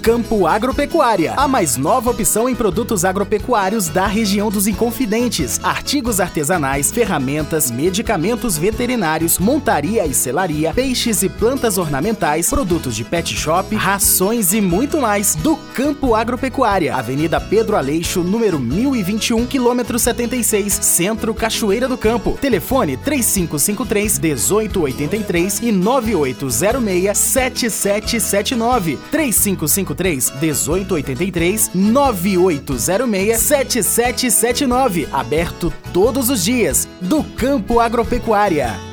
Campo Agropecuária, a mais nova opção em produtos agropecuários da região dos Inconfidentes, artigos artesanais, ferramentas, medicamentos veterinários, montaria e selaria, peixes e plantas ornamentais, produtos de pet shop, rações e muito mais do Campo Agropecuária, Avenida Pedro Aleixo, número 1021, quilômetro 76, Centro Cachoeira do Campo. Telefone 3553-1883 e 9806-7779. 3553-1883, 9806-7779. Aberto todos os dias. Do Campo Agropecuária.